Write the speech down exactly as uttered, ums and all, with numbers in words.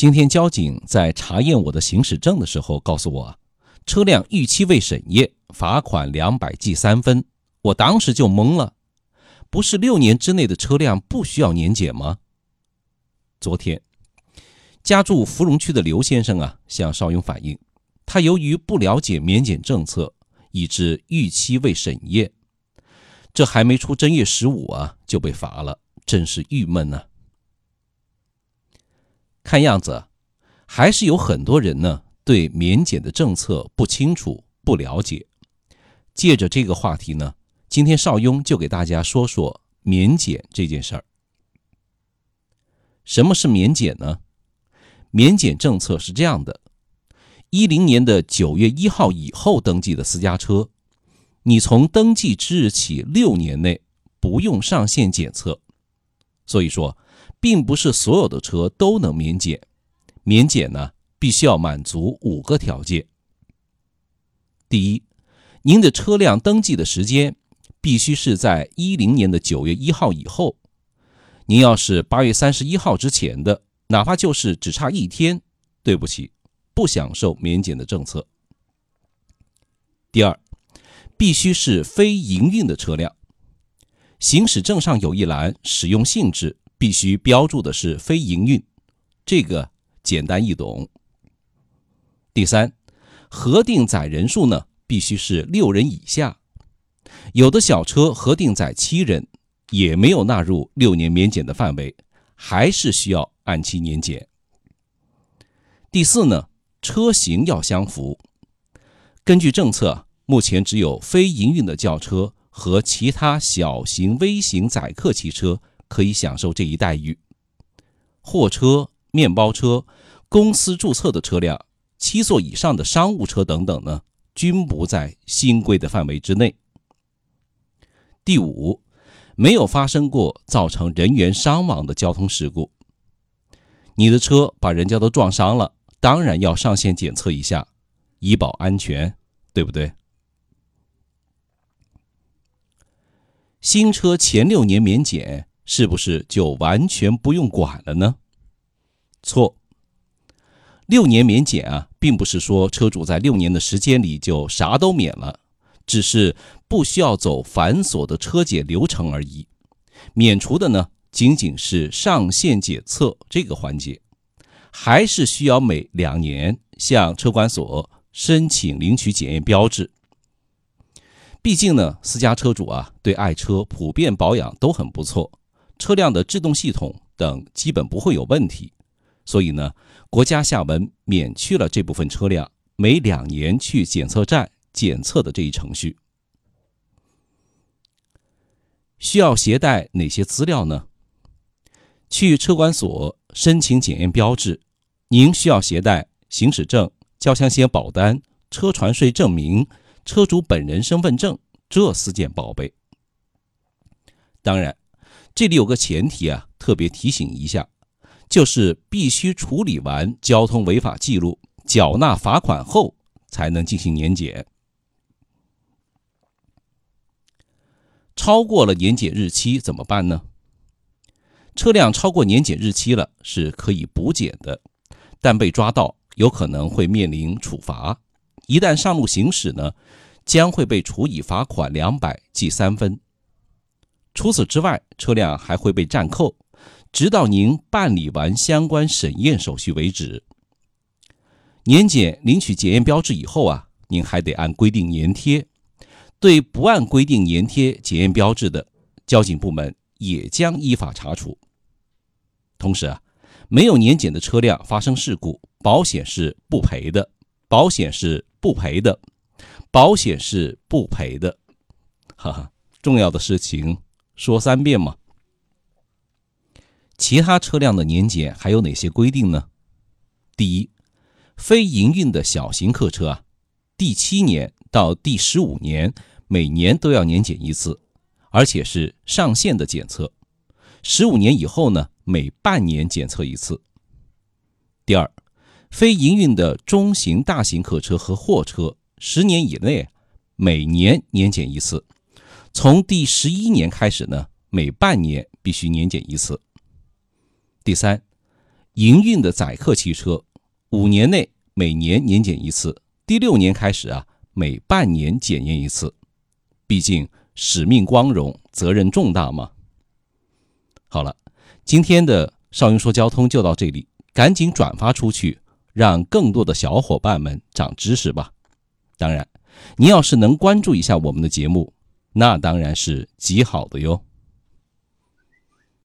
今天交警在查验我的行驶证的时候告诉我，车辆逾期未审验，罚款两百记三分。我当时就懵了，不是六年之内的车辆不需要年检吗？昨天，家住芙蓉区的刘先生啊，向邵雍反映，他由于不了解免检政策，以致逾期未审验，这还没出正月十五啊，就被罚了，真是郁闷啊。看样子，还是有很多人呢对免检的政策不清楚、不了解。借着这个话题呢，今天邵雍就给大家说说免检这件事儿。什么是免检呢？免检政策是这样的：一零年的九月一号以后登记的私家车，你从登记之日起六年内不用上线检测。所以说，并不是所有的车都能免检。免检呢，必须要满足五个条件。第一，您的车辆登记的时间必须是在一零年的九月一号以后。您要是八月三十一号之前的，哪怕就是只差一天，对不起，不享受免检的政策。第二，必须是非营运的车辆。行驶证上有一栏使用性质必须标注的是非营运，这个简单易懂。第三，核定载人数呢，必须是六人以下。有的小车核定载七人，也没有纳入六年免检的范围，还是需要按期年检。第四呢，车型要相符。根据政策，目前只有非营运的轿车和其他小型微型载客汽车可以享受这一待遇。货车、面包车、公司注册的车辆、七座以上的商务车等等呢，均不在新规的范围之内。第五，没有发生过造成人员伤亡的交通事故。你的车把人家都撞伤了，当然要上线检测一下，以保安全，对不对？新车前六年免检，是不是就完全不用管了呢？错。六年免检啊，并不是说车主在六年的时间里就啥都免了，只是不需要走繁琐的车检流程而已。免除的呢，仅仅是上线检测这个环节，还是需要每两年向车管所申请领取检验标志。毕竟呢，私家车主啊，对爱车普遍保养都很不错，车辆的制动系统等基本不会有问题。所以呢，国家下文免去了这部分车辆每两年去检测站检测的这一程序。需要携带哪些资料呢？去车管所申请检验标志，您需要携带行驶证、交强险保单、车船税证明、车主本人身份证这四件宝贝。当然，这里有个前提啊，特别提醒一下，就是必须处理完交通违法记录，缴纳罚款后才能进行年检。超过了年检日期怎么办呢？车辆超过年检日期了，是可以补检的，但被抓到有可能会面临处罚。一旦上路行驶呢，将会被处以罚款两百记三分。除此之外，车辆还会被暂扣，直到您办理完相关审验手续为止。年检领取检验标志以后啊，您还得按规定粘贴。对不按规定粘贴检验标志的，交警部门也将依法查处。同时啊，没有年检的车辆发生事故，保险是不赔的，保险是不赔的，保险是不赔的。哈哈，重要的事情说三遍嘛。其他车辆的年检还有哪些规定呢？第一，非营运的小型客车啊，第七年到第十五年每年都要年检一次，而且是上线的检测。十五年以后呢，每半年检测一次。第二，非营运的中型大型客车和货车，十年以内每年年检一次。从第十一年开始呢，每半年必须年检一次。第三， 营运的载客汽车，五年内每年年检一次，第六年开始啊，每半年检验一次。毕竟使命光荣，责任重大嘛。好了，今天的少英说交通就到这里，赶紧转发出去，让更多的小伙伴们长知识吧。当然，你要是能关注一下我们的节目，那当然是极好的哟。